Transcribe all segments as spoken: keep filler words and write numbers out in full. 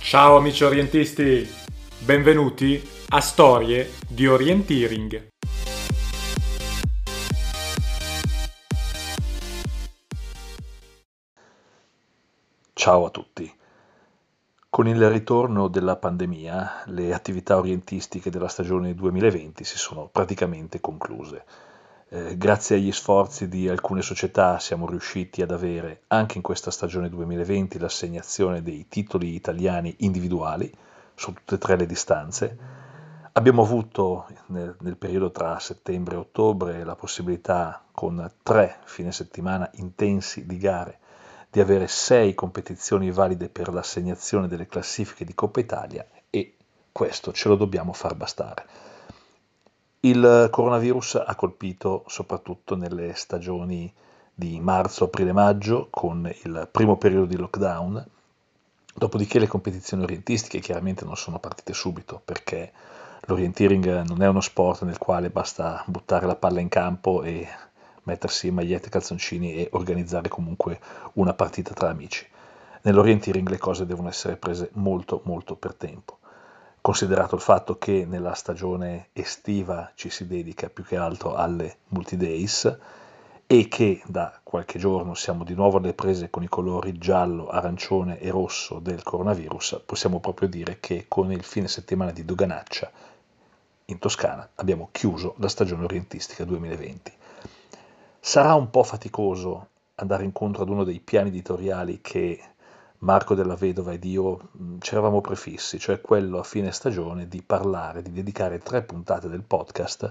Ciao amici orientisti, benvenuti a Storie di Orienteering. Ciao a tutti. Con il ritorno della pandemia, le attività orientistiche della stagione duemilaventi si sono praticamente concluse. Eh, grazie agli sforzi di alcune società siamo riusciti ad avere anche in questa stagione duemilaventi l'assegnazione dei titoli italiani individuali su tutte e tre le distanze. Abbiamo avuto nel, nel periodo tra settembre e ottobre la possibilità, con tre fine settimana intensi di gare, di avere sei competizioni valide per l'assegnazione delle classifiche di Coppa Italia, e questo ce lo dobbiamo far bastare. Il coronavirus ha colpito soprattutto nelle stagioni di marzo, aprile, maggio, con il primo periodo di lockdown. Dopodiché le competizioni orientistiche chiaramente non sono partite subito, perché l'orienteering non è uno sport nel quale basta buttare la palla in campo e mettersi magliette e calzoncini e organizzare comunque una partita tra amici. Nell'orienteering le cose devono essere prese molto molto per tempo, considerato il fatto che nella stagione estiva ci si dedica più che altro alle multi-days e che da qualche giorno siamo di nuovo alle prese con i colori giallo, arancione e rosso del coronavirus. Possiamo proprio dire che con il fine settimana di doganaccia in Toscana abbiamo chiuso la stagione orientistica duemilaventi. Sarà un po' faticoso andare incontro ad uno dei piani editoriali che Marco Della Vedova ed io ci eravamo prefissi, cioè quello a fine stagione di parlare, di dedicare tre puntate del podcast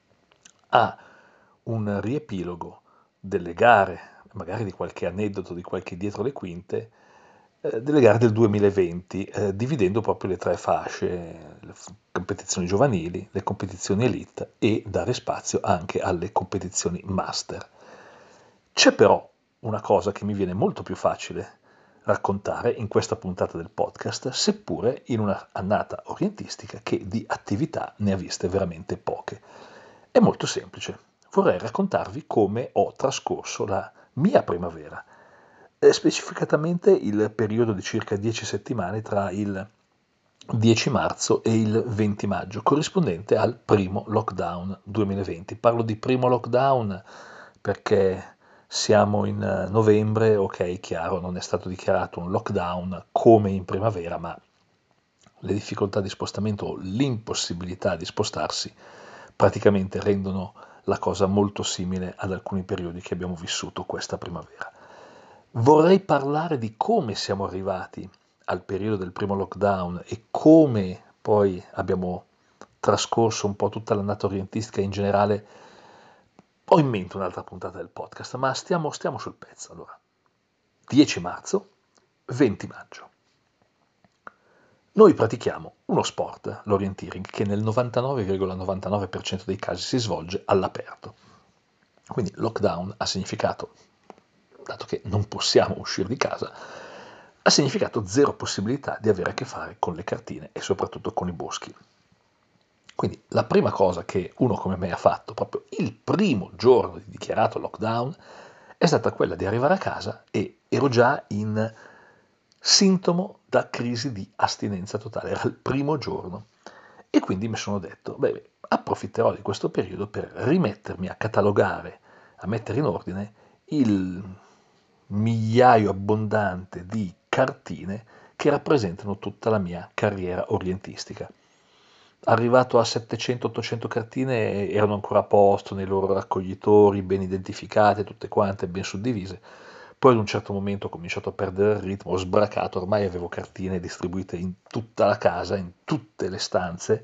a un riepilogo delle gare, magari di qualche aneddoto, di qualche dietro le quinte, eh, delle gare del duemilaventi, eh, dividendo proprio le tre fasce, le f- competizioni giovanili, le competizioni elite e dare spazio anche alle competizioni master. C'è però una cosa che mi viene molto più facile raccontare in questa puntata del podcast, seppure in una annata orientistica che di attività ne ha viste veramente poche. È molto semplice. Vorrei raccontarvi come ho trascorso la mia primavera, eh, specificatamente il periodo di circa dieci settimane tra il dieci marzo e il venti maggio, corrispondente al primo lockdown duemilaventi. Parlo di primo lockdown perché siamo in eh, novembre, ok, chiaro, non è stato dichiarato un lockdown come in primavera, ma le difficoltà di spostamento o l'impossibilità di spostarsi praticamente rendono la cosa molto simile ad alcuni periodi che abbiamo vissuto questa primavera. Vorrei parlare di come siamo arrivati al periodo del primo lockdown e come poi abbiamo trascorso un po' tutta l'annata orientistica in generale. Ho in mente un'altra puntata del podcast, ma stiamo, stiamo sul pezzo. Allora, dieci marzo, venti maggio. Noi pratichiamo uno sport, l'orienteering, che nel novantanove virgola novantanove per cento dei casi si svolge all'aperto. Quindi lockdown ha significato, dato che non possiamo uscire di casa, ha significato zero possibilità di avere a che fare con le cartine e soprattutto con i boschi. Quindi la prima cosa che uno come me ha fatto, proprio il primo giorno di dichiarato lockdown, è stata quella di arrivare a casa e ero già in sintomo da crisi di astinenza totale, era il primo giorno. E quindi mi sono detto, beh, approfitterò di questo periodo per rimettermi a catalogare, a mettere in ordine il migliaio abbondante di cartine che rappresentano tutta la mia carriera orientistica. Arrivato a settecento ottocento cartine, erano ancora a posto nei loro raccoglitori, ben identificate, tutte quante, ben suddivise. Poi ad un certo momento ho cominciato a perdere il ritmo, ho sbracato, ormai avevo cartine distribuite in tutta la casa, in tutte le stanze,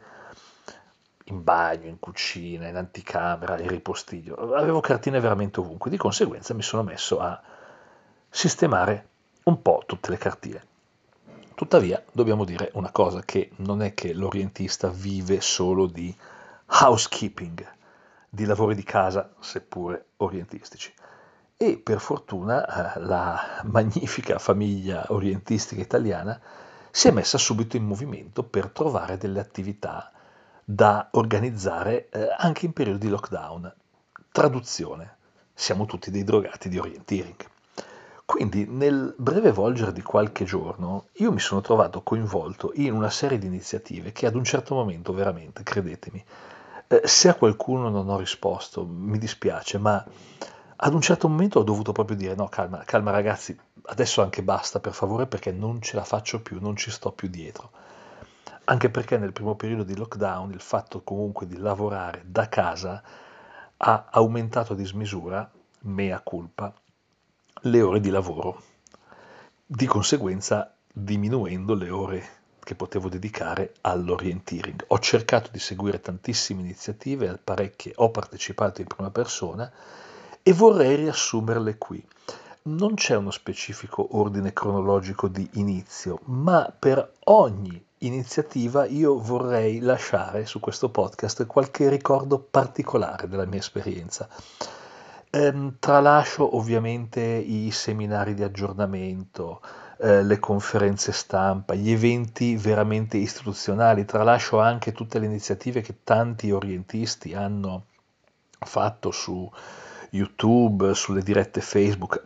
in bagno, in cucina, in anticamera, in ripostiglio. Avevo cartine veramente ovunque, di conseguenza mi sono messo a sistemare un po' tutte le cartine. Tuttavia dobbiamo dire una cosa, che non è che l'orientista vive solo di housekeeping, di lavori di casa, seppure orientistici. E per fortuna eh, la magnifica famiglia orientistica italiana si è messa subito in movimento per trovare delle attività da organizzare eh, anche in periodi di lockdown. Traduzione: siamo tutti dei drogati di orienteering. Quindi nel breve volgere di qualche giorno io mi sono trovato coinvolto in una serie di iniziative che ad un certo momento, veramente, credetemi, eh, se a qualcuno non ho risposto, mi dispiace, ma ad un certo momento ho dovuto proprio dire no, calma, calma ragazzi, adesso anche basta per favore perché non ce la faccio più, non ci sto più dietro. Anche perché nel primo periodo di lockdown il fatto comunque di lavorare da casa ha aumentato a dismisura, mea culpa, le ore di lavoro, di conseguenza diminuendo le ore che potevo dedicare all'orienteering. Ho cercato di seguire tantissime iniziative, a parecchie ho partecipato in prima persona e vorrei riassumerle qui. Non c'è uno specifico ordine cronologico di inizio, ma per ogni iniziativa io vorrei lasciare su questo podcast qualche ricordo particolare della mia esperienza. Ehm, tralascio ovviamente i seminari di aggiornamento, eh, le conferenze stampa, gli eventi veramente istituzionali, tralascio anche tutte le iniziative che tanti orientisti hanno fatto su YouTube, sulle dirette Facebook,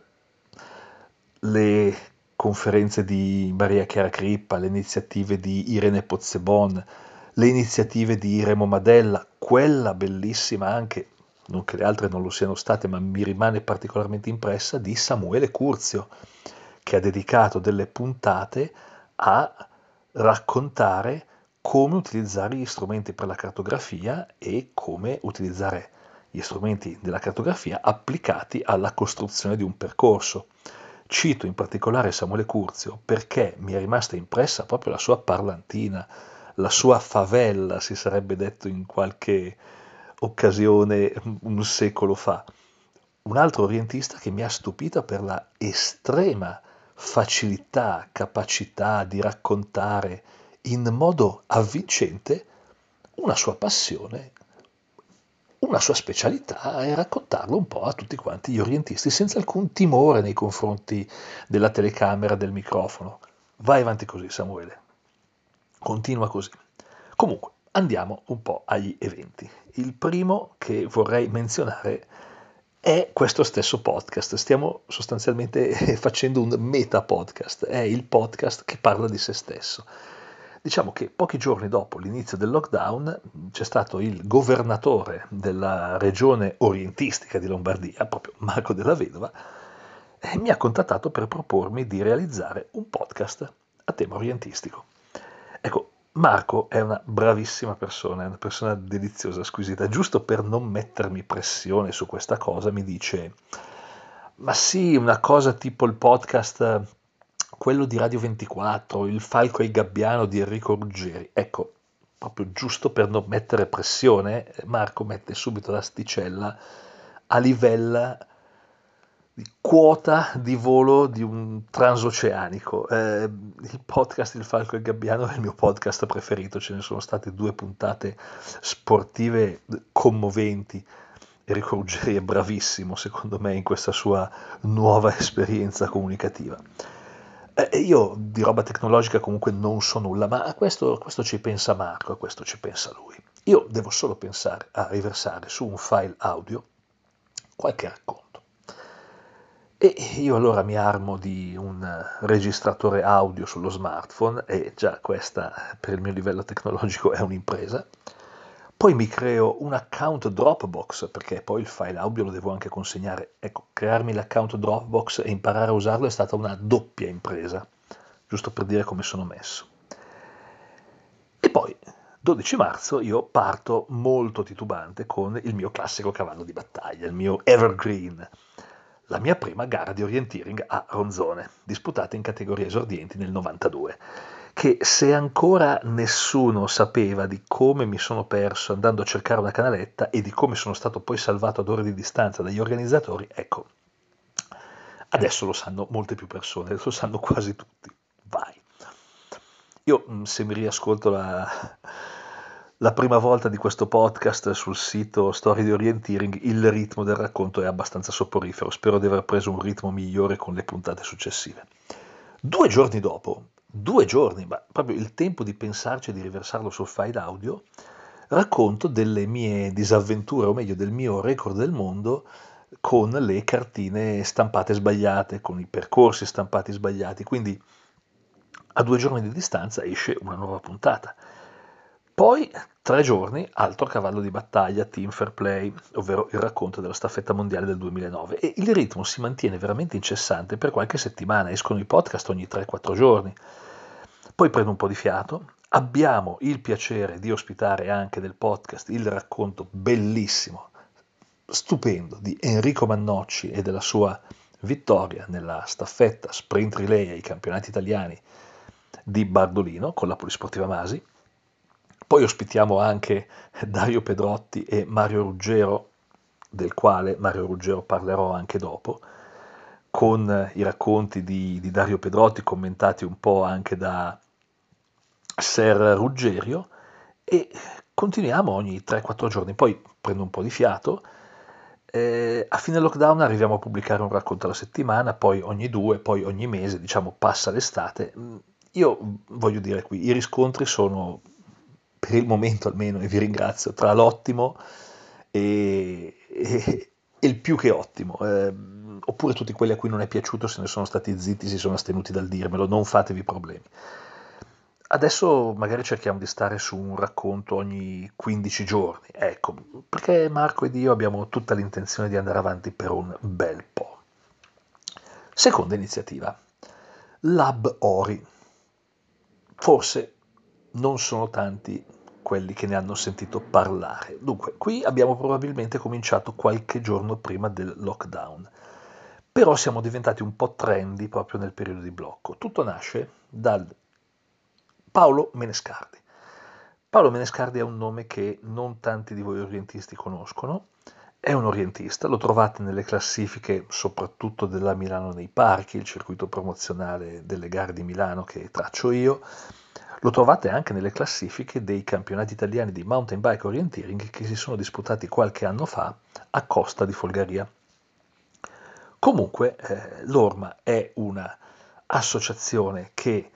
le conferenze di Maria Chiara Crippa, le iniziative di Irene Pozzebon, le iniziative di Remo Madella, quella bellissima anche, non che le altre non lo siano state, ma mi rimane particolarmente impressa, di Samuele Curzio, che ha dedicato delle puntate a raccontare come utilizzare gli strumenti per la cartografia e come utilizzare gli strumenti della cartografia applicati alla costruzione di un percorso. Cito in particolare Samuele Curzio perché mi è rimasta impressa proprio la sua parlantina, la sua favella, si sarebbe detto in qualche occasione un secolo fa. Un altro orientista che mi ha stupito per la estrema facilità, capacità di raccontare in modo avvincente una sua passione, una sua specialità e raccontarlo un po' a tutti quanti gli orientisti senza alcun timore nei confronti della telecamera, del microfono. Vai avanti così, Samuele. Continua così. Comunque, andiamo un po' agli eventi. Il primo che vorrei menzionare è questo stesso podcast. Stiamo sostanzialmente facendo un meta podcast. È il podcast che parla di se stesso. Diciamo che pochi giorni dopo l'inizio del lockdown c'è stato il governatore della regione orientistica di Lombardia, proprio Marco Della Vedova, e mi ha contattato per propormi di realizzare un podcast a tema orientistico. Ecco, Marco è una bravissima persona, è una persona deliziosa, squisita. Giusto per non mettermi pressione su questa cosa, mi dice: ma sì, una cosa tipo il podcast, quello di Radio ventiquattro, il Falco e il Gabbiano di Enrico Ruggeri. Ecco, proprio giusto per non mettere pressione, Marco mette subito l'asticella a livello di quota di volo di un transoceanico. Eh, il podcast Il Falco e il Gabbiano è il mio podcast preferito, ce ne sono state due puntate sportive commoventi. Enrico Ruggeri è bravissimo, secondo me, in questa sua nuova esperienza comunicativa. Eh, io di roba tecnologica comunque non so nulla, ma a questo, a questo ci pensa Marco, a questo ci pensa lui. Io devo solo pensare a riversare su un file audio qualche racconto. E io allora mi armo di un registratore audio sullo smartphone, e già questa per il mio livello tecnologico è un'impresa. Poi mi creo un account Dropbox, perché poi il file audio lo devo anche consegnare. Ecco, crearmi l'account Dropbox e imparare a usarlo è stata una doppia impresa, giusto per dire come sono messo. E poi, dodici marzo, io parto molto titubante con il mio classico cavallo di battaglia, il mio Evergreen, la mia prima gara di orienteering a Ronzone, disputata in categoria esordienti nel novantadue. Che se ancora nessuno sapeva di come mi sono perso andando a cercare una canaletta e di come sono stato poi salvato ad ore di distanza dagli organizzatori, ecco, adesso lo sanno molte più persone, lo sanno quasi tutti. Vai. Io, se mi riascolto la, la prima volta di questo podcast sul sito Storie di Orienteering, il ritmo del racconto è abbastanza soporifero. Spero di aver preso un ritmo migliore con le puntate successive. Due giorni dopo, due giorni, ma proprio il tempo di pensarci e di riversarlo sul file audio, racconto delle mie disavventure, o meglio del mio record del mondo, con le cartine stampate sbagliate, con i percorsi stampati sbagliati, quindi a due giorni di distanza esce una nuova puntata. Poi tre giorni, altro cavallo di battaglia, Team Fair Play, ovvero il racconto della staffetta mondiale del duemilanove, e il ritmo si mantiene veramente incessante per qualche settimana, escono i podcast ogni tre quattro giorni. Poi prendo un po' di fiato, abbiamo il piacere di ospitare anche nel podcast il racconto bellissimo, stupendo di Enrico Mannocci e della sua vittoria nella staffetta sprint relay ai campionati italiani di Bardolino con la Polisportiva Masi. Poi ospitiamo anche Dario Pedrotti e Mario Ruggero, del quale Mario Ruggero parlerò anche dopo, con i racconti di, di Dario Pedrotti commentati un po' anche da Ser Ruggerio, e continuiamo ogni tre quattro giorni, poi prendo un po' di fiato. Eh, a fine lockdown arriviamo a pubblicare un racconto alla settimana, poi ogni due, poi ogni mese, diciamo passa l'estate. Io voglio dire qui, i riscontri sono, per il momento almeno, e vi ringrazio, tra l'ottimo e, e- e il più che ottimo. Eh, oppure tutti quelli a cui non è piaciuto se ne sono stati zitti, si sono astenuti dal dirmelo, non fatevi problemi. Adesso magari cerchiamo di stare su un racconto ogni quindici giorni, ecco, perché Marco ed io abbiamo tutta l'intenzione di andare avanti per un bel po'. Seconda iniziativa, Lab Ori. Forse non sono tanti quelli che ne hanno sentito parlare. Dunque, qui abbiamo probabilmente cominciato qualche giorno prima del lockdown, però siamo diventati un po' trendy proprio nel periodo di blocco. Tutto nasce dal Paolo Menescardi. Paolo Menescardi è un nome che non tanti di voi orientisti conoscono, è un orientista, lo trovate nelle classifiche soprattutto della Milano nei Parchi, il circuito promozionale delle gare di Milano che traccio io, lo trovate anche nelle classifiche dei campionati italiani di mountain bike orienteering che si sono disputati qualche anno fa a Costa di Folgaria. Comunque eh, l'Orma è una associazione che,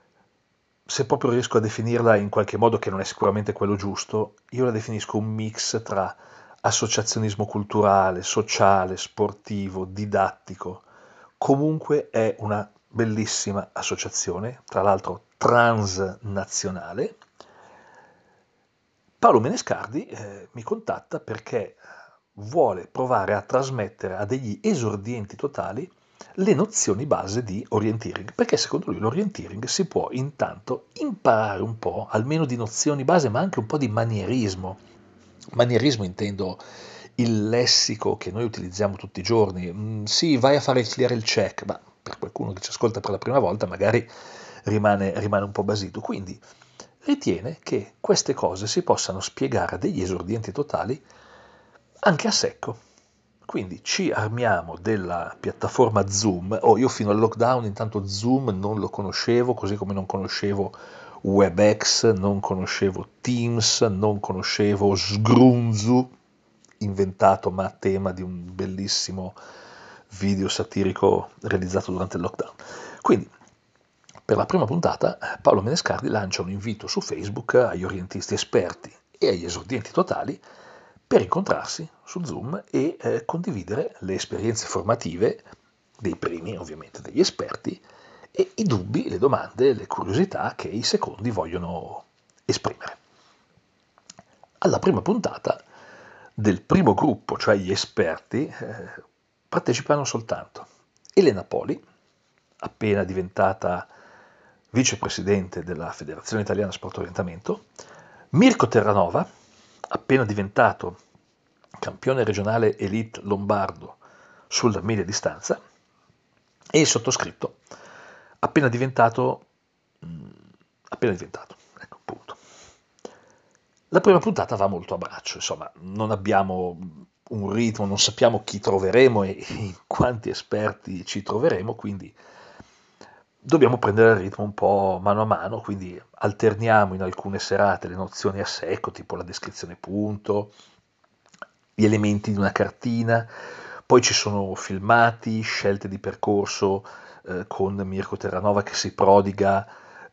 se proprio riesco a definirla in qualche modo che non è sicuramente quello giusto, io la definisco un mix tra associazionismo culturale, sociale, sportivo, didattico. Comunque è una bellissima associazione, tra l'altro transnazionale. Paolo Menescardi eh, mi contatta perché vuole provare a trasmettere a degli esordienti totali le nozioni base di orienteering, perché secondo lui l'orienteering si può intanto imparare un po', almeno di nozioni base, ma anche un po' di manierismo. Manierismo intendo il lessico che noi utilizziamo tutti i giorni. Mm, sì, vai a fare il clear il check, ma per qualcuno che ci ascolta per la prima volta magari rimane, rimane un po' basito. Quindi ritiene che queste cose si possano spiegare a degli esordienti totali anche a secco. Quindi ci armiamo della piattaforma Zoom. Oh, io fino al lockdown intanto Zoom non lo conoscevo, così come non conoscevo WebEx, non conoscevo Teams, non conoscevo Sgrunzu, inventato ma a tema di un bellissimo video satirico realizzato durante il lockdown. Quindi, per la prima puntata, Paolo Menescardi lancia un invito su Facebook agli orientisti esperti e agli esordienti totali per incontrarsi su Zoom e eh, condividere le esperienze formative dei primi, ovviamente degli esperti, e i dubbi, le domande, le curiosità che i secondi vogliono esprimere. Alla prima puntata del primo gruppo, cioè gli esperti, eh, partecipano soltanto Elena Poli, appena diventata vicepresidente della Federazione Italiana Sport Orientamento, Mirko Terranova, appena diventato campione regionale elite lombardo sulla media distanza, e il sottoscritto, appena diventato, mh, appena diventato, ecco, punto. La prima puntata va molto a braccio, insomma, non abbiamo un ritmo, non sappiamo chi troveremo e in quanti esperti ci troveremo, quindi dobbiamo prendere il ritmo un po' mano a mano, quindi alterniamo in alcune serate le nozioni a secco, tipo la descrizione punto, gli elementi di una cartina, poi ci sono filmati, scelte di percorso eh, con Mirko Terranova che si prodiga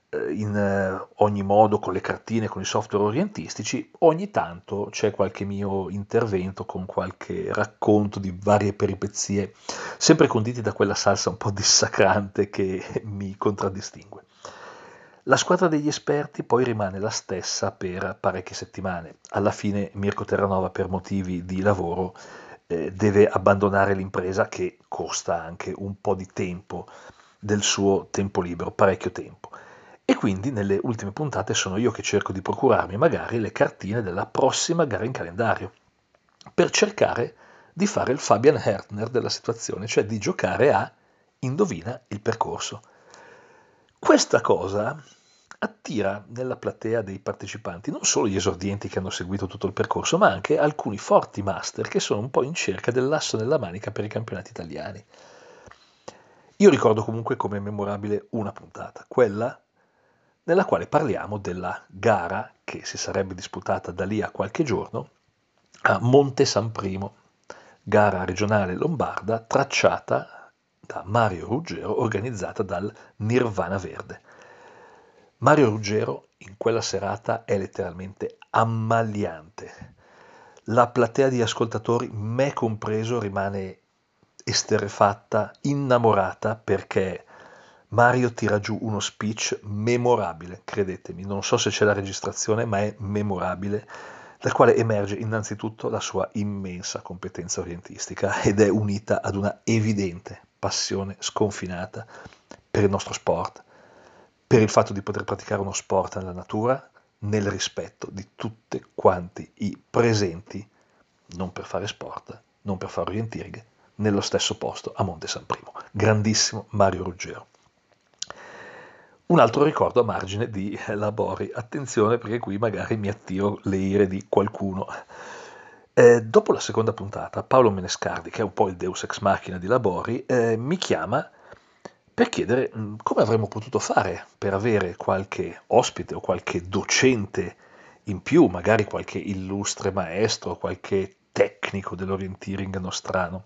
in eh, ogni modo con le cartine, con i software orientistici. Ogni tanto c'è qualche mio intervento con qualche racconto di varie peripezie, sempre conditi da quella salsa un po' dissacrante che mi contraddistingue. La squadra degli esperti poi rimane la stessa per parecchie settimane. Alla fine Mirko Terranova, per motivi di lavoro, eh, deve abbandonare l'impresa, che costa anche un po' di tempo del suo tempo libero, parecchio tempo. E quindi nelle ultime puntate sono io che cerco di procurarmi magari le cartine della prossima gara in calendario, per cercare di fare il Fabian Hertner della situazione, cioè di giocare a indovina il percorso. Questa cosa attira nella platea dei partecipanti non solo gli esordienti che hanno seguito tutto il percorso, ma anche alcuni forti master che sono un po' in cerca dell'asso nella manica per i campionati italiani. Io ricordo comunque come memorabile una puntata, quella nella quale parliamo della gara che si sarebbe disputata da lì a qualche giorno a Monte San Primo, gara regionale lombarda tracciata da Mario Ruggero, organizzata dal Nirvana Verde. Mario Ruggero in quella serata è letteralmente ammaliante. La platea di ascoltatori, me compreso, rimane esterrefatta, innamorata, perché Mario tira giù uno speech memorabile, credetemi, non so se c'è la registrazione, ma è memorabile, dal quale emerge innanzitutto la sua immensa competenza orientistica ed è unita ad una evidente passione sconfinata per il nostro sport, per il fatto di poter praticare uno sport nella natura, nel rispetto di tutti quanti i presenti, non per fare sport, non per fare orienteering, nello stesso posto a Monte San Primo. Grandissimo Mario Ruggero. Un altro ricordo a margine di Labori, attenzione perché qui magari mi attiro le ire di qualcuno. Eh, dopo la seconda puntata, Paolo Menescardi, che è un po' il deus ex machina di Labori, eh, mi chiama per chiedere mh, come avremmo potuto fare per avere qualche ospite o qualche docente in più, magari qualche illustre maestro, qualche tecnico dell'orienteering nostrano.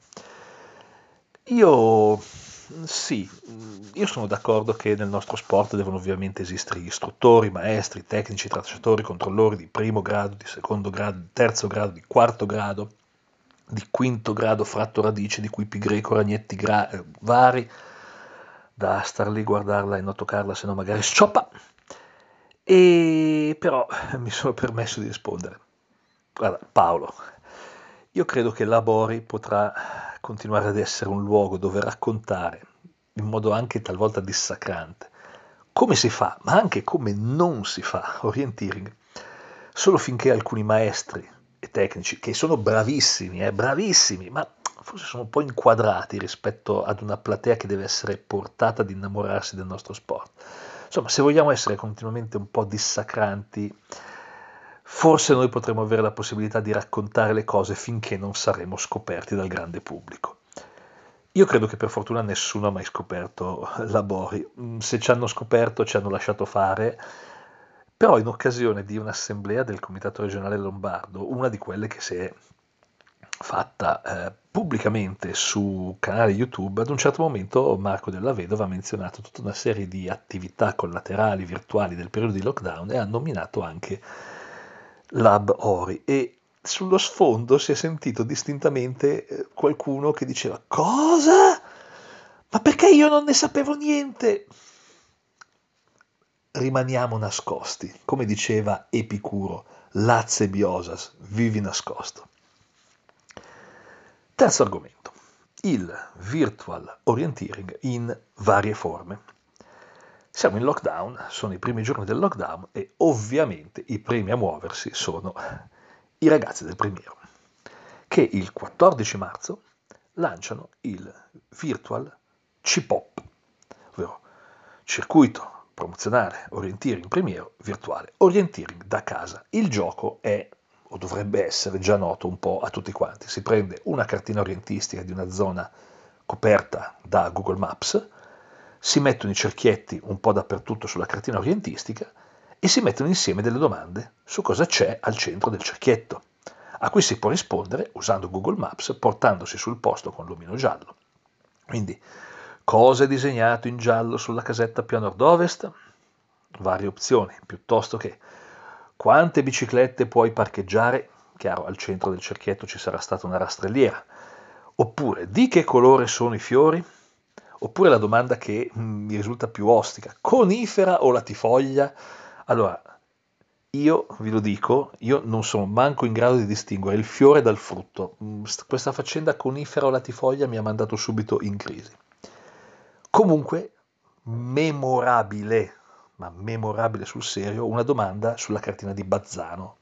Io sì, io sono d'accordo che nel nostro sport devono ovviamente esistere gli istruttori, maestri, tecnici, tracciatori, controllori di primo grado, di secondo grado, di terzo grado, di quarto grado, di quinto grado fratto radice, di cui pi greco, ragnetti gra- eh, vari, da star lì a guardarla e non toccarla, se no magari scioppa. E però mi sono permesso di rispondere. Guarda, Paolo, io credo che Labori potrà continuare ad essere un luogo dove raccontare, in modo anche talvolta dissacrante, come si fa, ma anche come non si fa orienteering, solo finché alcuni maestri e tecnici, che sono bravissimi, eh, bravissimi, ma forse sono un po' inquadrati rispetto ad una platea che deve essere portata ad innamorarsi del nostro sport. Insomma, se vogliamo essere continuamente un po' dissacranti, forse noi potremo avere la possibilità di raccontare le cose finché non saremo scoperti dal grande pubblico. Io credo che per fortuna nessuno ha mai scoperto Labori. Mm, Se ci hanno scoperto, ci hanno lasciato fare, però in occasione di un'assemblea del Comitato regionale lombardo, una di quelle che si è fatta eh, pubblicamente su canale YouTube, ad un certo momento Marco Della Vedova ha menzionato tutta una serie di attività collaterali virtuali del periodo di lockdown e ha nominato anche Lab Ori, e sullo sfondo si è sentito distintamente eh, qualcuno che diceva: cosa? Ma perché io non ne sapevo niente? Rimaniamo nascosti, come diceva Epicuro, Lazze biosas, vivi nascosto. Terzo argomento, il virtual orienteering in varie forme. Siamo in lockdown, sono i primi giorni del lockdown e ovviamente i primi a muoversi sono i ragazzi del Primiero, che il quattordici marzo lanciano il Virtual C P O P, ovvero circuito promozionale orienteering Primiero virtuale, orienteering da casa. Il gioco è, o dovrebbe essere già noto un po' a tutti quanti, si prende una cartina orientistica di una zona coperta da Google Maps, si mettono i cerchietti un po' dappertutto sulla cartina orientistica e si mettono insieme delle domande su cosa c'è al centro del cerchietto, a cui si può rispondere usando Google Maps portandosi sul posto con l'omino giallo. Quindi, cosa è disegnato in giallo sulla casetta più a nord-ovest? varie opzioni, piuttosto che quante biciclette puoi parcheggiare, chiaro al centro del cerchietto ci sarà stata una rastrelliera, oppure di che colore sono i fiori, oppure la domanda che mm, mi risulta più ostica, conifera o latifoglia? Allora, io vi lo dico, io non sono manco in grado di distinguere il fiore dal frutto. Mm, st- Questa faccenda conifera o latifoglia mi ha mandato subito in crisi. Comunque, memorabile, ma memorabile sul serio, una domanda sulla cartina di Bazzano.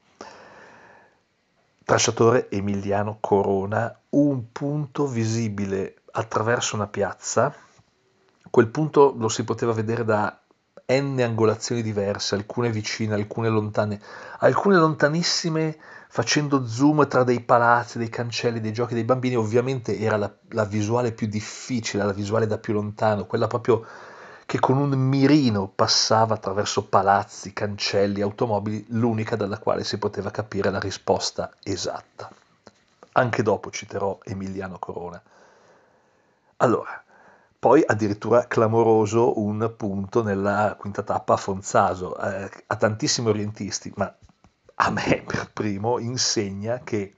Tracciatore Emiliano Corona, un punto visibile attraverso una piazza. Quel punto lo si poteva vedere da n angolazioni diverse, alcune vicine, alcune lontane, alcune lontanissime, facendo zoom tra dei palazzi, dei cancelli, dei giochi dei bambini. Ovviamente era la, la visuale più difficile, la visuale da più lontano, quella proprio che con un mirino passava attraverso palazzi, cancelli, automobili, l'unica dalla quale si poteva capire la risposta esatta. Anche dopo citerò Emiliano Corona. Allora, poi addirittura clamoroso un punto nella quinta tappa a Fonzaso, eh, a tantissimi orientisti, ma a me per primo insegna che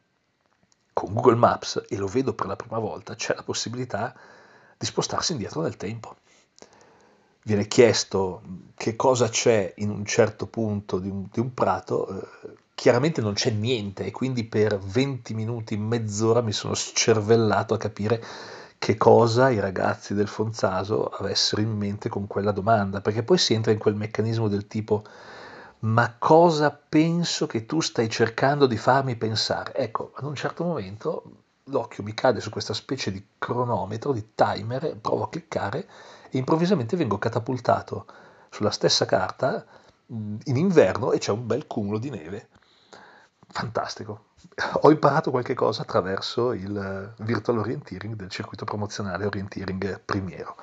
con Google Maps, e lo vedo per la prima volta, c'è la possibilità di spostarsi indietro nel tempo. Viene chiesto che cosa c'è in un certo punto di un, di un prato, eh, chiaramente non c'è niente e quindi per venti minuti, mezz'ora mi sono scervellato a capire che cosa i ragazzi del Fonzaso avessero in mente con quella domanda, perché poi si entra in quel meccanismo del tipo ma cosa penso che tu stai cercando di farmi pensare? Ecco, ad un certo momento l'occhio mi cade su questa specie di cronometro, di timer, provo a cliccare e improvvisamente vengo catapultato sulla stessa carta mh, in inverno e c'è un bel cumulo di neve. Fantastico. Ho imparato qualche cosa attraverso il eh, virtual orienteering del circuito promozionale orienteering Primiero.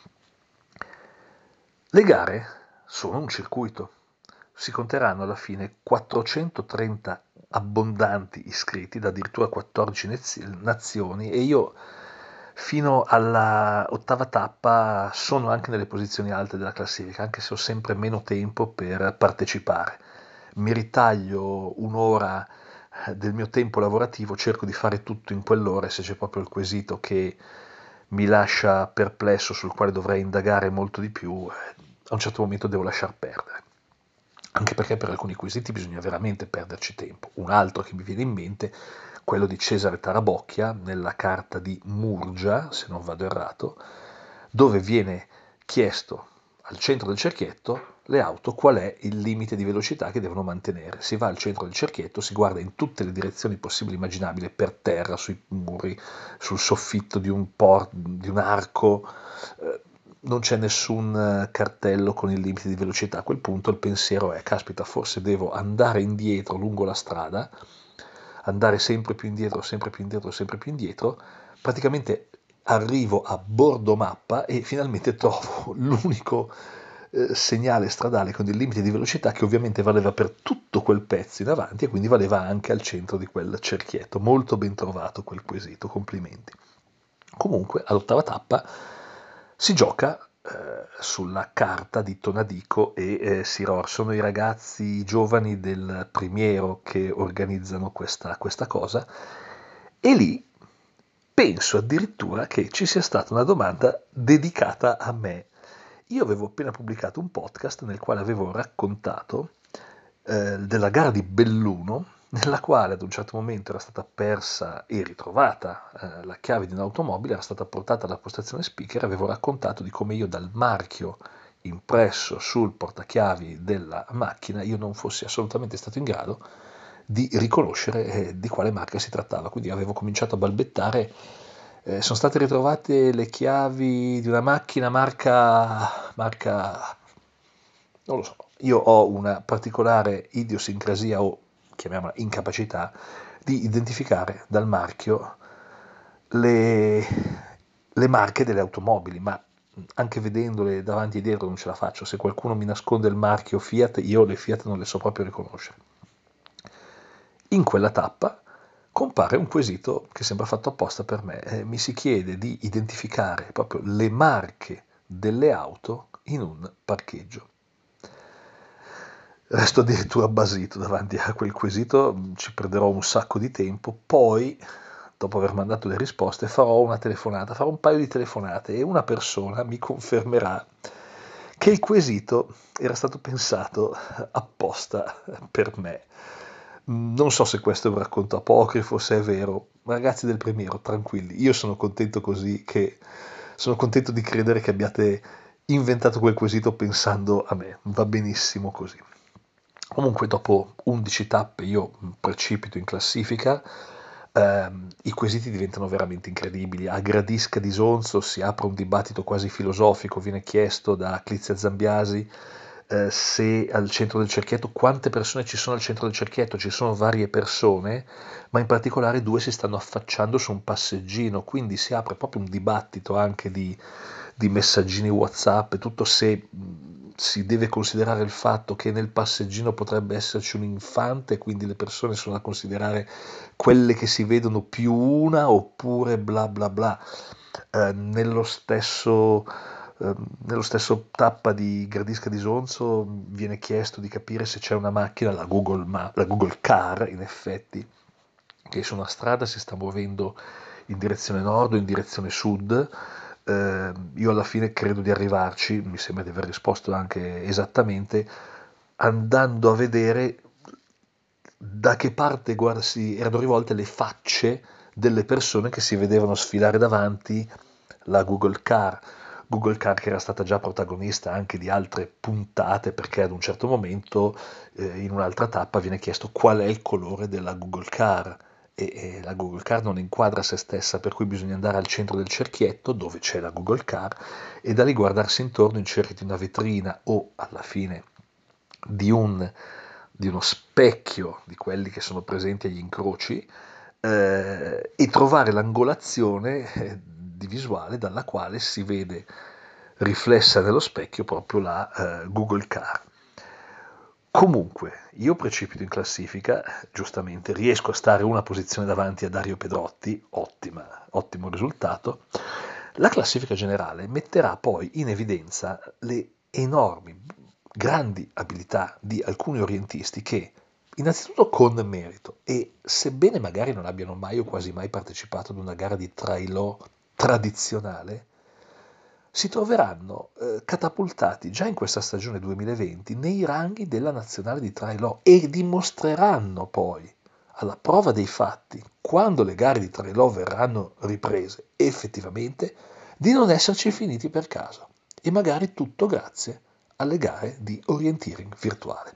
Le gare sono un circuito. Si conteranno alla fine quattrocentotrenta abbondanti iscritti da addirittura quattordici nazioni e io fino alla ottava tappa sono anche nelle posizioni alte della classifica, anche se ho sempre meno tempo per partecipare. Mi ritaglio un'ora eh, del mio tempo lavorativo, cerco di fare tutto in quell'ora e se c'è proprio il quesito che mi lascia perplesso, sul quale dovrei indagare molto di più, eh, a un certo momento devo lasciar perdere. Anche perché per alcuni quesiti bisogna veramente perderci tempo. Un altro che mi viene in mente, quello di Cesare Tarabocchia, nella carta di Murgia, se non vado errato, dove viene chiesto al centro del cerchietto le auto qual è il limite di velocità che devono mantenere. Si va al centro del cerchietto, si guarda in tutte le direzioni possibili e immaginabili, per terra, sui muri, sul soffitto di un, por- di un arco, eh, non c'è nessun eh, cartello con il limite di velocità. A quel punto il pensiero è, caspita, forse devo andare indietro lungo la strada, andare sempre più indietro, sempre più indietro, sempre più indietro, praticamente arrivo a bordo mappa e finalmente trovo l'unico eh, segnale stradale con il limite di velocità che ovviamente valeva per tutto quel pezzo in avanti e quindi valeva anche al centro di quel cerchietto. Molto ben trovato quel quesito, complimenti. Comunque, all'ottava tappa si gioca eh, sulla carta di Tonadico e eh, Siror. Sono i ragazzi giovani del Primiero che organizzano questa, questa cosa e lì penso addirittura che ci sia stata una domanda dedicata a me. Io avevo appena pubblicato un podcast nel quale avevo raccontato eh, della gara di Belluno, nella quale ad un certo momento era stata persa e ritrovata eh, la chiave di un'automobile, era stata portata alla postazione speaker, avevo raccontato di come io dal marchio impresso sul portachiavi della macchina io non fossi assolutamente stato in grado di riconoscere eh, di quale marca si trattava, quindi avevo cominciato a balbettare. Eh, sono state ritrovate le chiavi di una macchina marca, marca, non lo so, io ho una particolare idiosincrasia o chiamiamola incapacità di identificare dal marchio le, le marche delle automobili, ma anche vedendole davanti e dietro non ce la faccio. Se qualcuno mi nasconde il marchio Fiat, io le Fiat non le so proprio riconoscere. In quella tappa compare un quesito che sembra fatto apposta per me. Eh, mi si chiede di identificare proprio le marche delle auto in un parcheggio. Resto addirittura basito davanti a quel quesito, ci perderò un sacco di tempo, poi, dopo aver mandato le risposte, farò una telefonata, farò un paio di telefonate e una persona mi confermerà che il quesito era stato pensato apposta per me. Non so se questo è un racconto apocrifo, se è vero. Ragazzi del Premiero, tranquilli, io sono contento così, che sono contento di credere che abbiate inventato quel quesito pensando a me, va benissimo così. Comunque dopo undici tappe io precipito in classifica, ehm, i quesiti diventano veramente incredibili. A Gradisca di Sonzo si apre un dibattito quasi filosofico, viene chiesto da Clizia Zambiasi eh, se al centro del cerchietto, quante persone ci sono al centro del cerchietto, ci sono varie persone, ma in particolare due si stanno affacciando su un passeggino, quindi si apre proprio un dibattito anche di, di messaggini WhatsApp e tutto, se mh, si deve considerare il fatto che nel passeggino potrebbe esserci un infante, quindi le persone sono da considerare quelle che si vedono più una, oppure bla bla bla. Eh, nello stesso eh, nello stesso tappa di Gradisca di Sonzo viene chiesto di capire se c'è una macchina, la Google, Ma- la Google Car in effetti, che su una strada si sta muovendo in direzione nord o in direzione sud. Eh, io alla fine credo di arrivarci, mi sembra di aver risposto anche esattamente, andando a vedere da che parte guarda, si erano rivolte le facce delle persone che si vedevano sfilare davanti la Google Car. Google Car che era stata già protagonista anche di altre puntate, perché ad un certo momento eh, in un'altra tappa viene chiesto qual è il colore della Google Car e, e la Google Car non inquadra se stessa, per cui bisogna andare al centro del cerchietto dove c'è la Google Car e da lì guardarsi intorno in cerca di una vetrina o alla fine di, un, di uno specchio di quelli che sono presenti agli incroci eh, e trovare l'angolazione eh, di visuale dalla quale si vede riflessa nello specchio proprio la eh, Google Car. Comunque, io precipito in classifica, giustamente, riesco a stare una posizione davanti a Dario Pedrotti, ottima, ottimo risultato. La classifica generale metterà poi in evidenza le enormi, grandi abilità di alcuni orientisti che, innanzitutto con merito, e sebbene magari non abbiano mai o quasi mai partecipato ad una gara di trailò tradizionale, si troveranno eh, catapultati già in questa stagione duemilaventi nei ranghi della nazionale di trailò e dimostreranno poi, alla prova dei fatti, quando le gare di trailò verranno riprese effettivamente, di non esserci finiti per caso e magari tutto grazie alle gare di orienteering virtuale.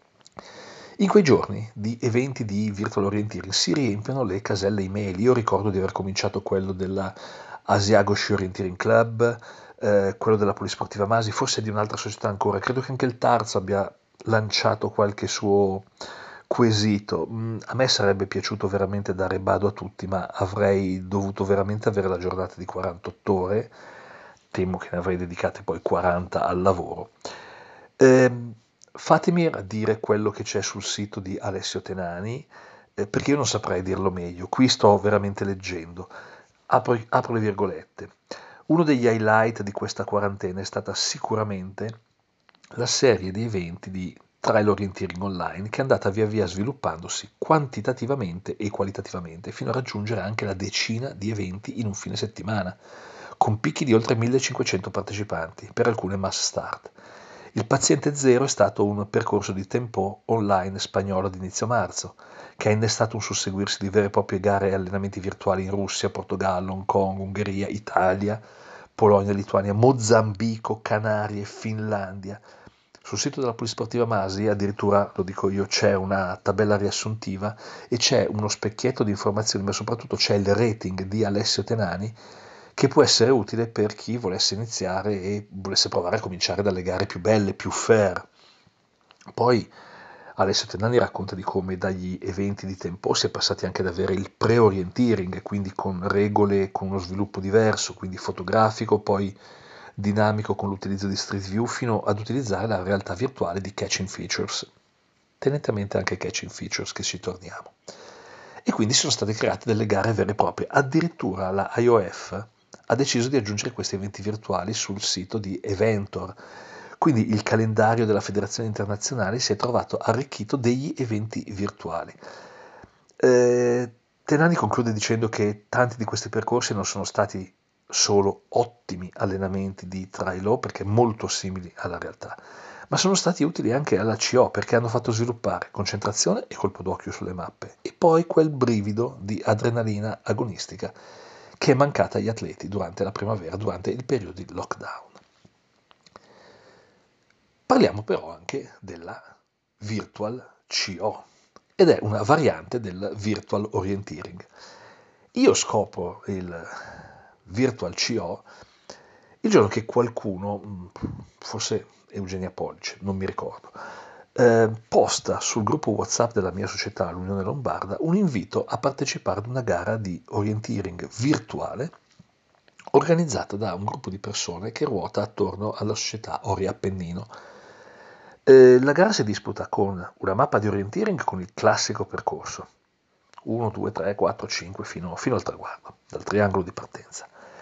In quei giorni di eventi di virtual orienteering si riempiono le caselle email. Io ricordo di aver cominciato quello della Asiago Sci Orienteering Club, eh, quello della Polisportiva Masi, forse di un'altra società ancora. Credo che anche il Tarzo abbia lanciato qualche suo quesito. Mm, a me sarebbe piaciuto veramente dare bado a tutti, ma avrei dovuto veramente avere la giornata di quarantotto ore. Temo che ne avrei dedicate poi quaranta al lavoro. Ehm, Fatemi dire quello che c'è sul sito di Alessio Tenani, eh, perché io non saprei dirlo meglio. Qui sto veramente leggendo. Apro, apro le virgolette. Uno degli highlight di questa quarantena è stata sicuramente la serie di eventi di trial orienteering online che è andata via via sviluppandosi quantitativamente e qualitativamente fino a raggiungere anche la decina di eventi in un fine settimana, con picchi di oltre millecinquecento partecipanti, per alcune mass start. Il Paziente Zero è stato un percorso di tempo online spagnolo di inizio marzo, che ha innestato un susseguirsi di vere e proprie gare e allenamenti virtuali in Russia, Portogallo, Hong Kong, Ungheria, Italia, Polonia, Lituania, Mozambico, Canarie, Finlandia. Sul sito della Polisportiva Masi, addirittura, lo dico io, c'è una tabella riassuntiva e c'è uno specchietto di informazioni, ma soprattutto c'è il rating di Alessio Tenani, che può essere utile per chi volesse iniziare e volesse provare a cominciare dalle gare più belle, più fair. Poi Alessio Tenani racconta di come dagli eventi di tempo si è passati anche ad avere il pre-orienteering, quindi con regole, con uno sviluppo diverso, quindi fotografico, poi dinamico con l'utilizzo di Street View, fino ad utilizzare la realtà virtuale di Catching Features. Tenete a mente anche Catching Features, che ci torniamo. E quindi sono state create delle gare vere e proprie. Addirittura la I O F ha deciso di aggiungere questi eventi virtuali sul sito di Eventor, Quindi il calendario della federazione internazionale si è trovato arricchito degli eventi virtuali. Eh, Tenani conclude dicendo che tanti di questi percorsi non sono stati solo ottimi allenamenti di trail perché molto simili alla realtà, ma sono stati utili anche alla C O perché hanno fatto sviluppare concentrazione e colpo d'occhio sulle mappe e poi quel brivido di adrenalina agonistica che è mancata agli atleti durante la primavera, durante il periodo di lockdown. Parliamo però anche della Virtual C O ed è una variante del Virtual Orienteering. Io scopro il Virtual C O il giorno che qualcuno, forse Eugenia Pollice, non mi ricordo, eh, posta sul gruppo WhatsApp della mia società, l'Unione Lombarda, un invito a partecipare ad una gara di orienteering virtuale organizzata da un gruppo di persone che ruota attorno alla società Ori Appennino. Eh, la gara si disputa con una mappa di orienteering con il classico percorso, uno, due, tre, quattro, cinque fino, fino al traguardo, dal triangolo di partenza.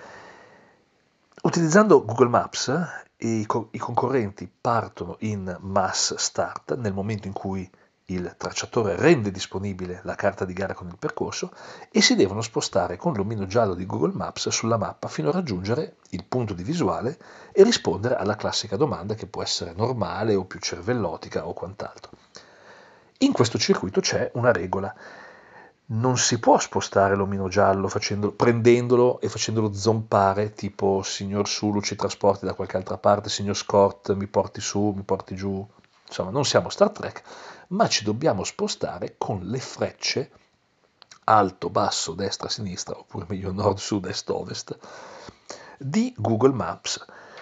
Utilizzando Google Maps, i, co- i concorrenti partono in mass start nel momento in cui il tracciatore rende disponibile la carta di gara con il percorso e si devono spostare con l'omino giallo di Google Maps sulla mappa fino a raggiungere il punto di visuale e rispondere alla classica domanda che può essere normale o più cervellotica o quant'altro. In questo circuito c'è una regola. Non si può spostare l'omino giallo facendo, prendendolo e facendolo zompare, tipo signor Sulu ci trasporti da qualche altra parte, signor Scott mi porti su, mi porti giù. Insomma, non siamo Star Trek, ma ci dobbiamo spostare con le frecce alto, basso, destra, sinistra, oppure meglio nord, sud, est, ovest, di Google Maps.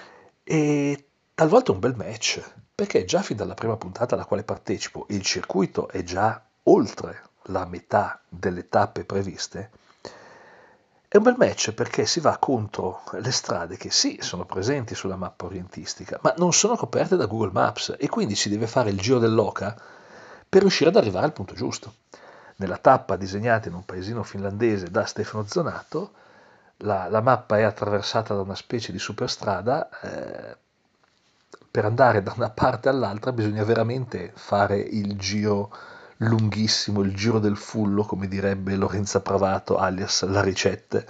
E talvolta è un bel match, perché già fin dalla prima puntata alla quale partecipo il circuito è già oltre la metà delle tappe previste. È un bel match perché si va contro le strade che sì, sono presenti sulla mappa orientistica, ma non sono coperte da Google Maps e quindi si deve fare il giro dell'oca per riuscire ad arrivare al punto giusto. Nella tappa disegnata in un paesino finlandese da Stefano Zonato, la, la mappa è attraversata da una specie di superstrada. Eh, per andare da una parte all'altra bisogna veramente fare il giro lunghissimo, il giro del fullo, come direbbe Lorenza Pravato, alias La Ricette,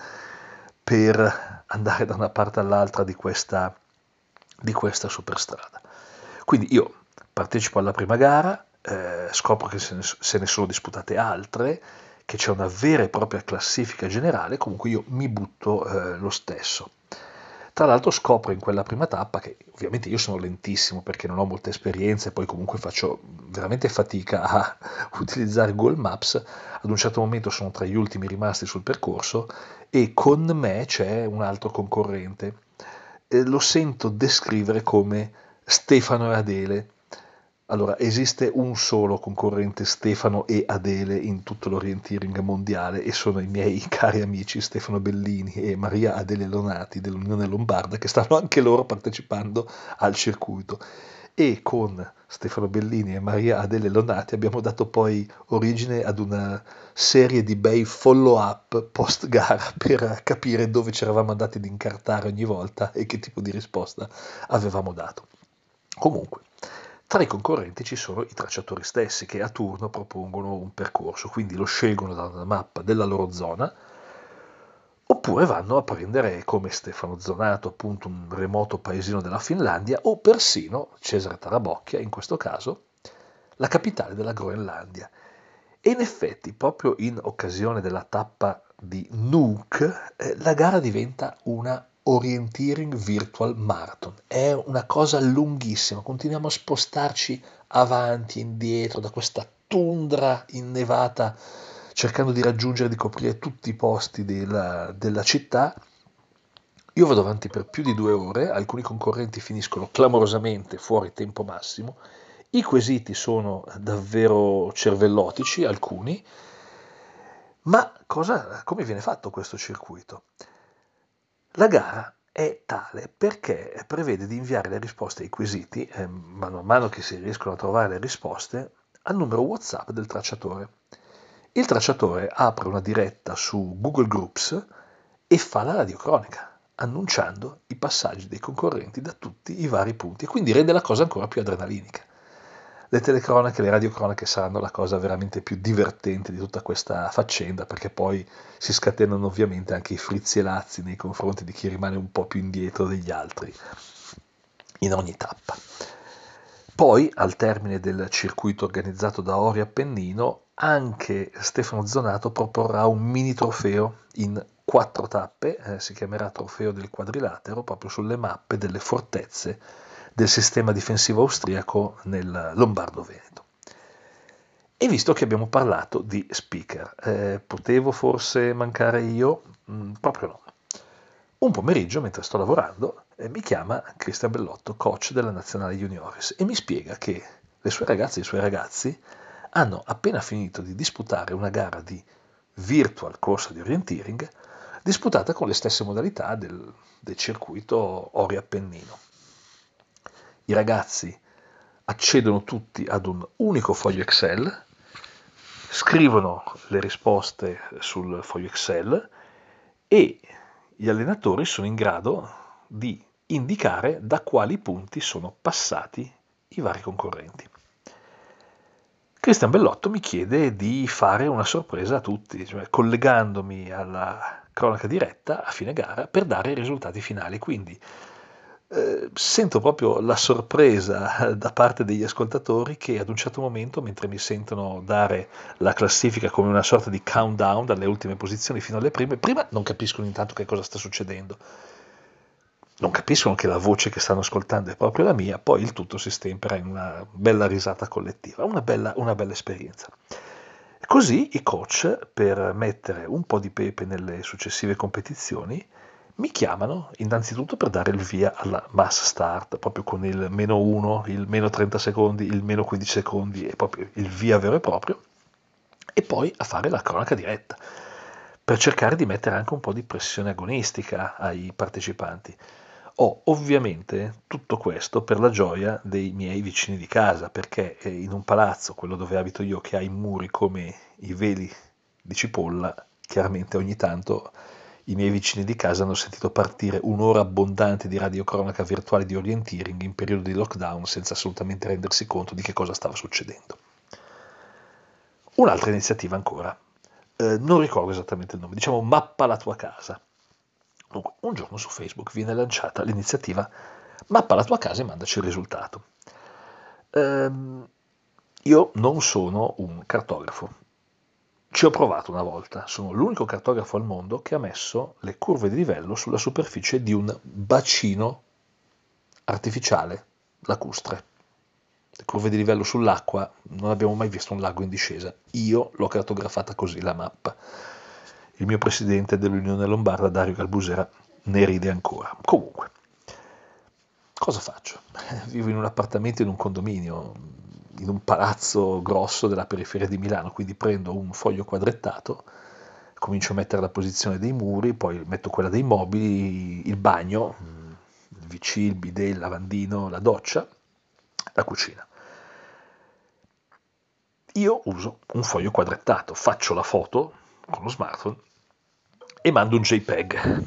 per andare da una parte all'altra di questa, di questa superstrada. Quindi io partecipo alla prima gara, eh, scopro che se ne, se ne sono disputate altre, che c'è una vera e propria classifica generale, comunque io mi butto eh, lo stesso. Tra l'altro scopro in quella prima tappa che ovviamente io sono lentissimo perché non ho molta esperienza e poi comunque faccio veramente fatica a utilizzare Google Maps, ad un certo momento sono tra gli ultimi rimasti sul percorso e con me c'è un altro concorrente. E lo sento descrivere come Stefano e Adele. Allora, esiste un solo concorrente Stefano e Adele in tutto l'orienteering mondiale e sono i miei cari amici Stefano Bellini e Maria Adele Lonati dell'Unione Lombarda che stanno anche loro partecipando al circuito. E con Stefano Bellini e Maria Adele Lonati abbiamo dato poi origine ad una serie di bei follow-up post gara per capire dove ci eravamo andati ad incartare ogni volta e che tipo di risposta avevamo dato. Comunque, tra i concorrenti ci sono i tracciatori stessi che a turno propongono un percorso, quindi lo scelgono da una mappa della loro zona, oppure vanno a prendere, come Stefano Zonato, appunto un remoto paesino della Finlandia, o persino, Cesare Tarabocchia in questo caso, la capitale della Groenlandia. E in effetti, proprio in occasione della tappa di Nuuk, eh, la gara diventa una Orienteering Virtual Marathon. È una cosa lunghissima, continuiamo a spostarci avanti e indietro da questa tundra innevata, cercando di raggiungere e di coprire tutti i posti della, della città. Io vado avanti per più di due ore, alcuni concorrenti finiscono clamorosamente fuori tempo massimo, i quesiti sono davvero cervellotici, alcuni, ma cosa, come viene fatto questo circuito? La gara è tale perché prevede di inviare le risposte ai quesiti, eh, mano a mano che si riescono a trovare le risposte, al numero WhatsApp del tracciatore. Il tracciatore apre una diretta su Google Groups e fa la radiocronica. annunciando i passaggi dei concorrenti da tutti i vari punti e quindi rende la cosa ancora più adrenalinica. Le telecronache, le radiocronache saranno la cosa veramente più divertente di tutta questa faccenda, perché poi si scatenano ovviamente anche i frizzi e lazzi nei confronti di chi rimane un po' più indietro degli altri in ogni tappa. Poi, al termine del circuito organizzato da Orio Appennino, anche Stefano Zonato proporrà un mini trofeo in quattro tappe, eh, si chiamerà Trofeo del Quadrilatero, proprio sulle mappe delle fortezze del sistema difensivo austriaco nel Lombardo-Veneto. E visto che abbiamo parlato di speaker, eh, potevo forse mancare io? Mm, proprio no. Un pomeriggio, mentre sto lavorando, eh, mi chiama Cristian Bellotto, coach della Nazionale Juniores, e mi spiega che le sue ragazze e i suoi ragazzi hanno appena finito di disputare una gara di virtual corsa di orienteering, disputata con le stesse modalità del, del circuito Orio Appennino. I ragazzi accedono tutti ad un unico foglio Excel, scrivono le risposte sul foglio Excel e gli allenatori sono in grado di indicare da quali punti sono passati i vari concorrenti. Cristian Bellotto mi chiede di fare una sorpresa a tutti, cioè collegandomi alla cronaca diretta a fine gara per dare i risultati finali. Quindi eh, sento proprio la sorpresa da parte degli ascoltatori che ad un certo momento, mentre mi sentono dare la classifica come una sorta di countdown dalle ultime posizioni fino alle prime, prima non capiscono intanto che cosa sta succedendo, non capiscono che la voce che stanno ascoltando è proprio la mia, poi il tutto si stempera in una bella risata collettiva, una bella, una bella esperienza. Così i coach, per mettere un po' di pepe nelle successive competizioni, mi chiamano innanzitutto per dare il via alla mass start, proprio con il meno uno, il meno trenta secondi, il meno quindici secondi, e proprio il via vero e proprio, e poi a fare la cronaca diretta, per cercare di mettere anche un po' di pressione agonistica ai partecipanti. Ho ovviamente tutto questo per la gioia dei miei vicini di casa, perché in un palazzo, quello dove abito io, che ha i muri come i veli di cipolla, chiaramente ogni tanto i miei vicini di casa hanno sentito partire un'ora abbondante di radiocronaca virtuale di orienteering in periodo di lockdown senza assolutamente rendersi conto di che cosa stava succedendo. Un'altra iniziativa ancora, eh, non ricordo esattamente il nome, diciamo Mappa la tua casa. Dunque, un giorno su Facebook viene lanciata l'iniziativa Mappa la tua casa e mandaci il risultato. Ehm, io non sono un cartografo, ci ho provato una volta, sono l'unico cartografo al mondo che ha messo le curve di livello sulla superficie di un bacino artificiale lacustre. Le curve di livello sull'acqua, non abbiamo mai visto un lago in discesa, io l'ho cartografata così la mappa. Il mio presidente dell'Unione Lombarda, Dario Galbusera, ne ride ancora. Comunque, cosa faccio? Vivo in un appartamento, in un condominio, in un palazzo grosso della periferia di Milano, quindi prendo un foglio quadrettato, comincio a mettere la posizione dei muri, poi metto quella dei mobili, il bagno, il V C, il bidet, il lavandino, la doccia, la cucina. Io uso un foglio quadrettato, faccio la foto con lo smartphone e mando un JPEG.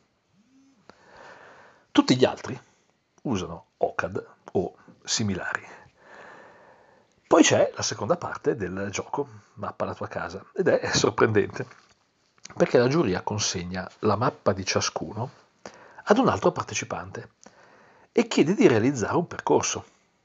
Tutti gli altri usano O C A D o similari. Poi c'è la seconda parte del gioco, Mappa la tua casa, ed è sorprendente, perché la giuria consegna la mappa di ciascuno ad un altro partecipante e chiede di realizzare un percorso.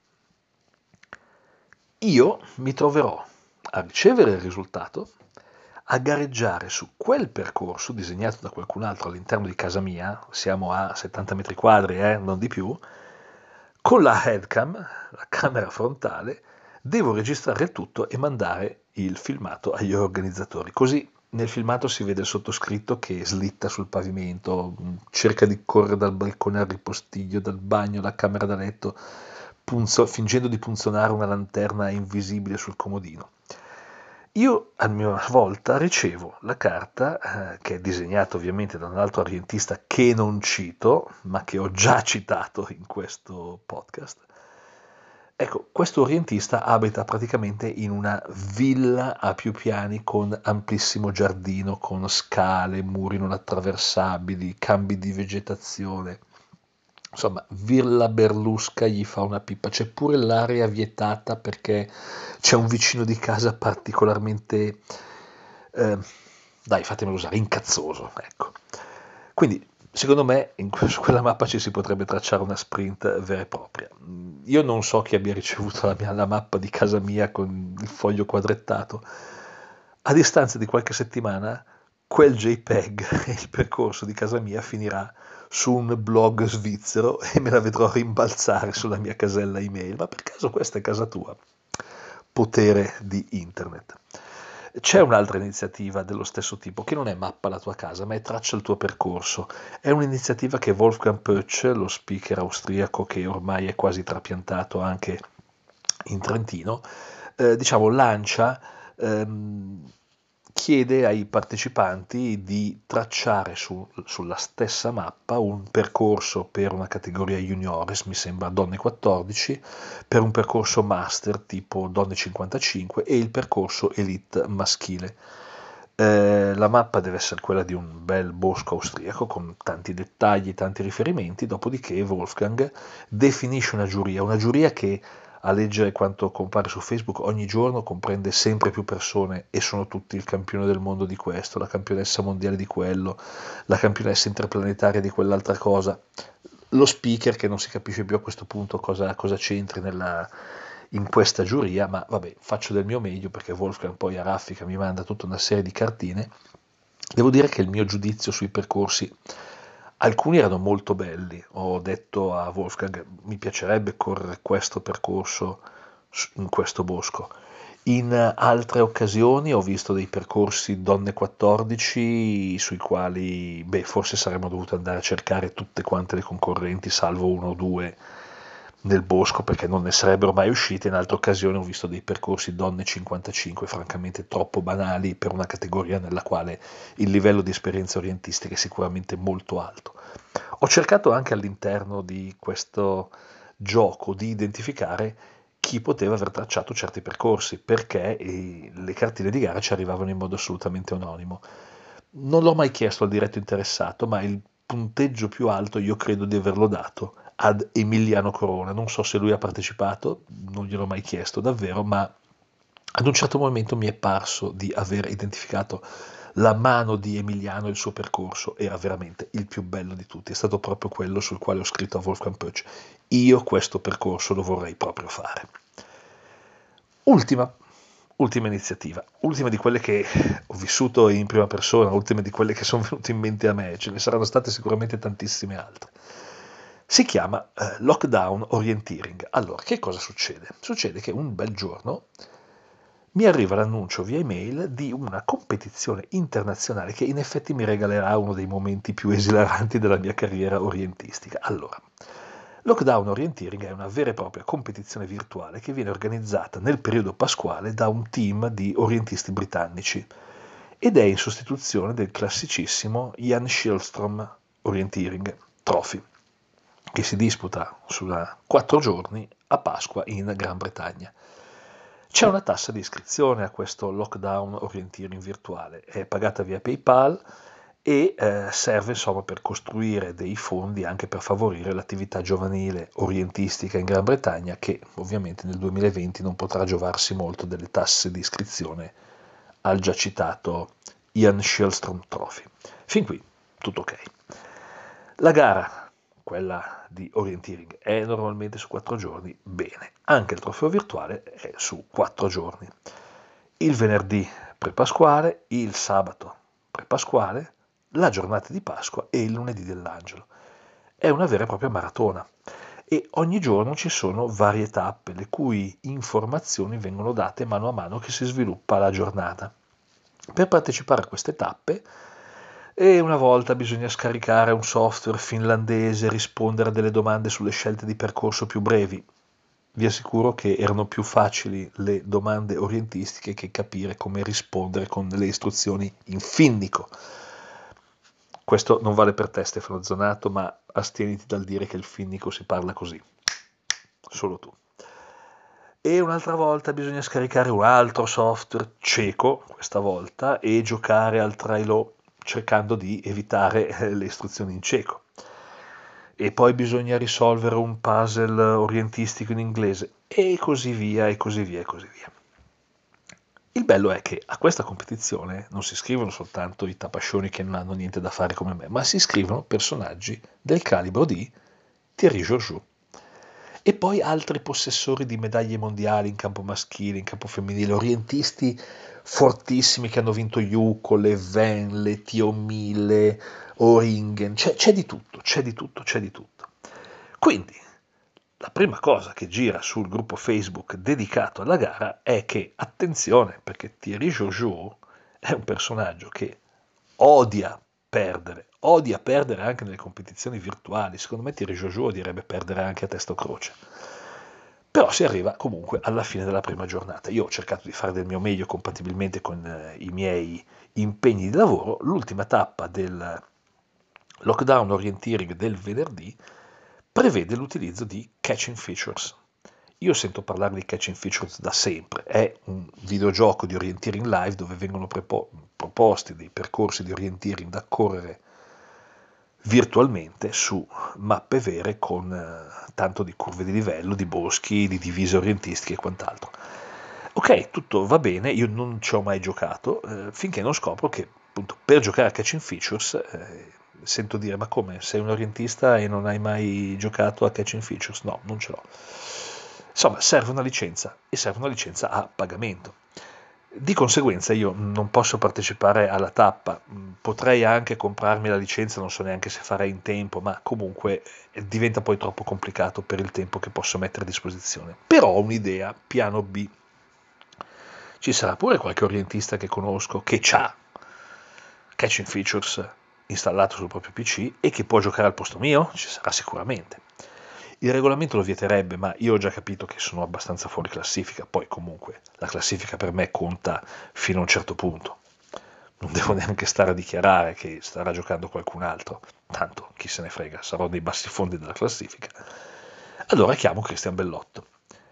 Io mi troverò a ricevere il risultato, a gareggiare su quel percorso disegnato da qualcun altro all'interno di casa mia, siamo a settanta metri quadri, eh, non di più, con la headcam, la camera frontale, devo registrare il tutto e mandare il filmato agli organizzatori. Così nel filmato si vede il sottoscritto che slitta sul pavimento, cerca di correre dal balcone al ripostiglio, dal bagno alla camera da letto, punzo, fingendo di punzonare una lanterna invisibile sul comodino. Io a mia volta ricevo la carta, eh, che è disegnata ovviamente da un altro orientista che non cito, ma che ho già citato in questo podcast, Ecco, questo orientista abita praticamente in una villa a più piani con amplissimo giardino, con scale, muri non attraversabili, cambi di vegetazione. Insomma, Villa Berlusca gli fa una pippa. C'è pure l'area vietata perché c'è un vicino di casa particolarmente, eh, dai, fatemelo usare, incazzoso, ecco. Quindi, secondo me, in que- su quella mappa ci si potrebbe tracciare una sprint vera e propria. Io non so chi abbia ricevuto la, mia- la mappa di casa mia con il foglio quadrettato. A distanza di qualche settimana, quel JPEG e il percorso di casa mia finirà su un blog svizzero e me la vedrò rimbalzare sulla mia casella email. Ma per caso questa è casa tua? Potere di internet. C'è un'altra iniziativa dello stesso tipo che non è mappa la tua casa, ma è traccia il tuo percorso. È un'iniziativa che Wolfgang Pötsch, lo speaker austriaco che ormai è quasi trapiantato anche in Trentino, eh, diciamo lancia, ehm, chiede ai partecipanti di tracciare su- sulla stessa mappa un percorso per una categoria juniores, mi sembra donne quattordici, per un percorso master tipo donne cinquantacinque e il percorso elite maschile. Eh, la mappa deve essere quella di un bel bosco austriaco con tanti dettagli, tanti riferimenti, dopodiché Wolfgang definisce una giuria, una giuria che a leggere quanto compare su Facebook ogni giorno comprende sempre più persone e sono tutti il campione del mondo di questo, la campionessa mondiale di quello, la campionessa interplanetaria di quell'altra cosa, lo speaker che non si capisce più a questo punto cosa, cosa c'entri nella, in questa giuria, ma vabbè, faccio del mio meglio perché Wolfgang poi a raffica mi manda tutta una serie di cartine. Devo dire che il mio giudizio sui percorsi, alcuni erano molto belli, ho detto a Wolfgang mi piacerebbe correre questo percorso in questo bosco. In altre occasioni ho visto dei percorsi donne quattordici sui quali, beh, forse saremmo dovuti andare a cercare tutte quante le concorrenti, salvo uno o due nel bosco, perché non ne sarebbero mai uscite. In altre occasioni ho visto dei percorsi donne cinquantacinque, francamente troppo banali per una categoria nella quale il livello di esperienza orientistica è sicuramente molto alto. Ho cercato anche all'interno di questo gioco di identificare chi poteva aver tracciato certi percorsi, perché eh, le cartine di gara ci arrivavano in modo assolutamente anonimo. Non l'ho mai chiesto al diretto interessato, ma il punteggio più alto io credo di averlo dato ad Emiliano Corona. Non so se lui ha partecipato, non gliel'ho mai chiesto davvero, ma ad un certo momento mi è parso di aver identificato la mano di Emiliano e il suo percorso era veramente il più bello di tutti, è stato proprio quello sul quale ho scritto a Wolfgang Pötsch, io questo percorso lo vorrei proprio fare. Ultima, ultima iniziativa, ultima di quelle che ho vissuto in prima persona, ultima di quelle che sono venute in mente a me, ce ne saranno state sicuramente tantissime altre. Si chiama eh, Lockdown Orienteering. Allora, che cosa succede? Succede che un bel giorno mi arriva l'annuncio via email di una competizione internazionale che in effetti mi regalerà uno dei momenti più esilaranti della mia carriera orientistica. Allora, Lockdown Orienteering è una vera e propria competizione virtuale che viene organizzata nel periodo pasquale da un team di orientisti britannici ed è in sostituzione del classicissimo Jan Shellstrom Orienteering Trophy, che si disputa su quattro giorni a Pasqua in Gran Bretagna. C'è una tassa di iscrizione a questo Lockdown Orienteering virtuale, è pagata via PayPal e eh, serve insomma per costruire dei fondi anche per favorire l'attività giovanile orientistica in Gran Bretagna che ovviamente nel duemilaventi non potrà giovarsi molto delle tasse di iscrizione al già citato Ian Shellstrom Trophy. Fin qui tutto ok. La gara, quella di orienteering, è normalmente su quattro giorni, bene, anche il trofeo virtuale è su quattro giorni. Il venerdì pre-pasquale, il sabato pre-pasquale, la giornata di Pasqua e il lunedì dell'Angelo. È una vera e propria maratona e ogni giorno ci sono varie tappe, le cui informazioni vengono date mano a mano che si sviluppa la giornata. Per partecipare a queste tappe e una volta bisogna scaricare un software finlandese, rispondere a delle domande sulle scelte di percorso più brevi. Vi assicuro che erano più facili le domande orientistiche che capire come rispondere con le istruzioni in finnico. Questo non vale per te, Stefano Zonato, ma astieniti dal dire che il finnico si parla così. Solo tu. e un'altra volta bisogna scaricare un altro software cieco, questa volta, e giocare al trailo cercando di evitare eh, le istruzioni in cieco. E poi bisogna risolvere un puzzle orientistico in inglese, e così via, e così via, e così via. Il bello è che a questa competizione non si iscrivono soltanto i tapascioni che non hanno niente da fare come me, ma si iscrivono personaggi del calibro di Thierry Georgiou. E poi altri possessori di medaglie mondiali in campo maschile, in campo femminile, orientisti fortissimi che hanno vinto Yuko, le Ven, le Tio mille, O'Ringen, c'è, c'è di tutto, c'è di tutto, c'è di tutto. Quindi, la prima cosa che gira sul gruppo Facebook dedicato alla gara è che, attenzione, perché Thierry Georgiou è un personaggio che odia perdere, odia perdere anche nelle competizioni virtuali. Secondo me Thierry Georgiou odierebbe perdere anche a testa o croce. Però si arriva comunque alla fine della prima giornata. Io ho cercato di fare del mio meglio compatibilmente con eh, i miei impegni di lavoro. L'ultima tappa del lockdown orienteering del venerdì prevede l'utilizzo di catching features. Io sento parlare di catching features da sempre, è un videogioco di orienteering live dove vengono prepo- proposti dei percorsi di orienteering da correre virtualmente su mappe vere con eh, tanto di curve di livello, di boschi, di divise orientistiche e quant'altro. Ok, tutto va bene, io non ci ho mai giocato, eh, finché non scopro che appunto per giocare a Catching Features eh, sento dire ma come, sei un orientista e non hai mai giocato a Catching Features? No, non ce l'ho. Insomma, serve una licenza e serve una licenza a pagamento. Di conseguenza io non posso partecipare alla tappa, potrei anche comprarmi la licenza, non so neanche se farei in tempo, ma comunque diventa poi troppo complicato per il tempo che posso mettere a disposizione. Però ho un'idea, piano B. Ci sarà pure qualche orientista che conosco che ha Catching Features installato sul proprio P C e che può giocare al posto mio? Ci sarà sicuramente. Il regolamento lo vieterebbe, ma io ho già capito che sono abbastanza fuori classifica, poi comunque la classifica per me conta fino a un certo punto. Non devo neanche stare a dichiarare che starà giocando qualcun altro, tanto chi se ne frega, sarò nei bassi fondi della classifica. Allora chiamo Cristian Bellotto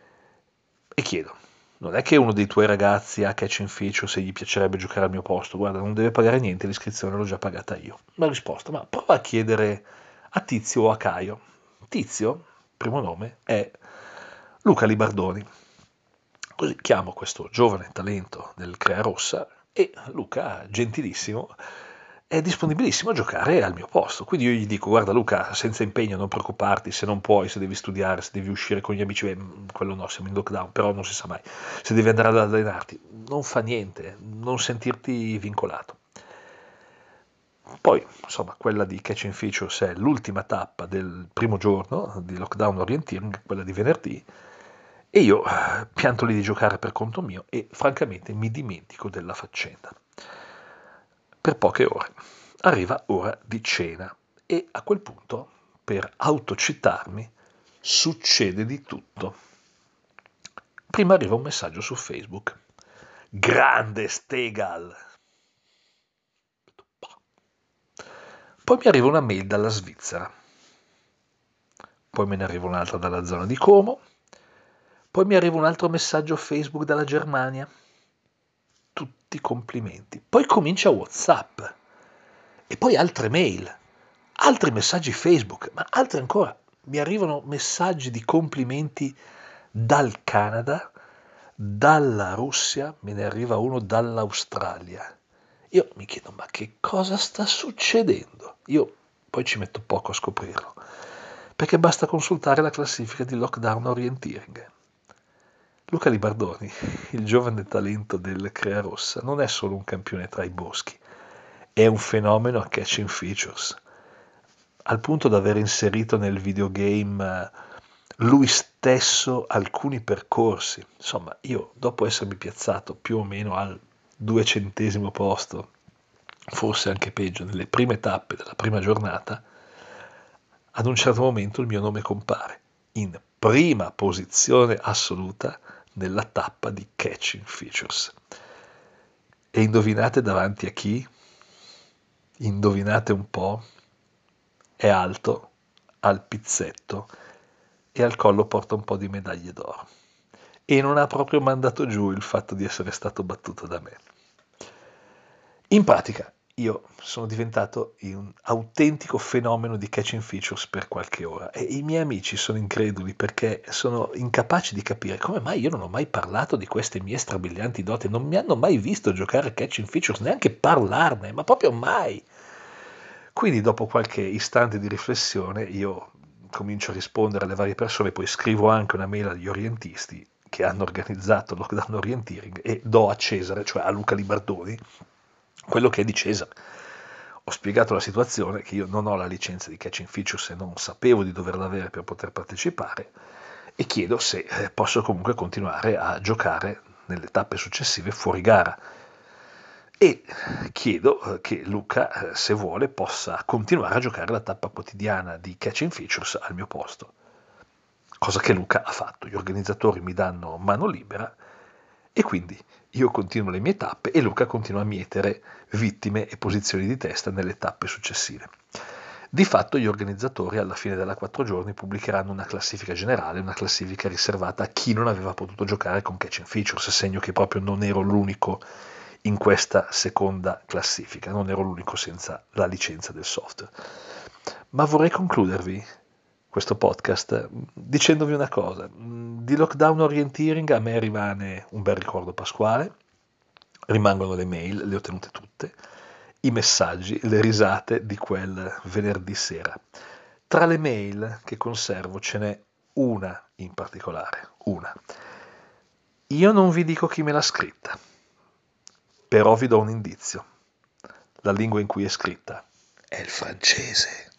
e chiedo, non è che uno dei tuoi ragazzi ha Catching Features e gli piacerebbe giocare al mio posto? Guarda, non deve pagare niente, l'iscrizione l'ho già pagata io. Ma risposta, ma prova a chiedere a Tizio o a Caio. Tizio, primo nome, è Luca Libardoni. Così chiamo questo giovane talento del Crea Rossa e Luca, gentilissimo, è disponibilissimo a giocare al mio posto. Quindi io gli dico, guarda Luca, senza impegno, non preoccuparti, se non puoi, se devi studiare, se devi uscire con gli amici, beh, quello no, siamo in lockdown, però non si sa mai, se devi andare ad allenarti, non fa niente, non sentirti vincolato. Poi, insomma, quella di Catching Features è l'ultima tappa del primo giorno di lockdown orienteering, quella di venerdì, e io pianto lì di giocare per conto mio e francamente mi dimentico della faccenda. Per poche ore. Arriva ora di cena e a quel punto, per autocitarmi, succede di tutto. Prima arriva un messaggio su Facebook. Grande Stegal! Poi mi arriva una mail dalla Svizzera. Poi me ne arriva un'altra dalla zona di Como. Poi mi arriva un altro messaggio Facebook dalla Germania. Tutti complimenti. Poi comincia WhatsApp. E poi altre mail. Altri messaggi Facebook. Ma altri ancora. Mi arrivano messaggi di complimenti dal Canada, dalla Russia, me ne arriva uno dall'Australia. Io mi chiedo, ma che cosa sta succedendo? Io poi ci metto poco a scoprirlo, perché basta consultare la classifica di Lockdown Orienteering. Luca Libardoni, il giovane talento del Crea Rossa, non è solo un campione tra i boschi, è un fenomeno a Catching Features, al punto da aver inserito nel videogame lui stesso alcuni percorsi. Insomma, io dopo essermi piazzato più o meno al duecentesimo posto, forse anche peggio, nelle prime tappe della prima giornata, ad un certo momento il mio nome compare in prima posizione assoluta nella tappa di Catching Features. E indovinate davanti a chi? Indovinate un po'? È alto, al pizzetto e al collo porta un po' di medaglie d'oro. e non ha proprio mandato giù il fatto di essere stato battuto da me. In pratica, io sono diventato un autentico fenomeno di catching features per qualche ora e i miei amici sono increduli perché sono incapaci di capire come mai io non ho mai parlato di queste mie strabilianti doti, non mi hanno mai visto giocare catching features, neanche parlarne, ma proprio mai. Quindi dopo qualche istante di riflessione io comincio a rispondere alle varie persone, poi scrivo anche una mail agli orientisti che hanno organizzato il lockdown orienteering e do a Cesare, cioè a Luca Libardoni, quello che è di Cesare. Ho spiegato la situazione, che io non ho la licenza di catching features e non sapevo di doverla avere per poter partecipare, e chiedo se eh, posso comunque continuare a giocare nelle tappe successive fuori gara. E chiedo eh, che Luca, eh, se vuole, possa continuare a giocare la tappa quotidiana di catching features al mio posto. Cosa che Luca ha fatto. Gli organizzatori mi danno mano libera e quindi io continuo le mie tappe e Luca continua a mietere vittime e posizioni di testa nelle tappe successive. Di fatto gli organizzatori alla fine della quattro giorni pubblicheranno una classifica generale, una classifica riservata a chi non aveva potuto giocare con catching features, segno che proprio non ero l'unico in questa seconda classifica, non ero l'unico senza la licenza del software. Ma vorrei concludervi questo podcast dicendovi una cosa: di lockdown orienteering a me rimane un bel ricordo pasquale, rimangono le mail, le ho tenute tutte, i messaggi, le risate di quel venerdì sera. Tra le mail che conservo ce n'è una in particolare, una. Io non vi dico chi me l'ha scritta, però vi do un indizio. La lingua in cui è scritta è il francese.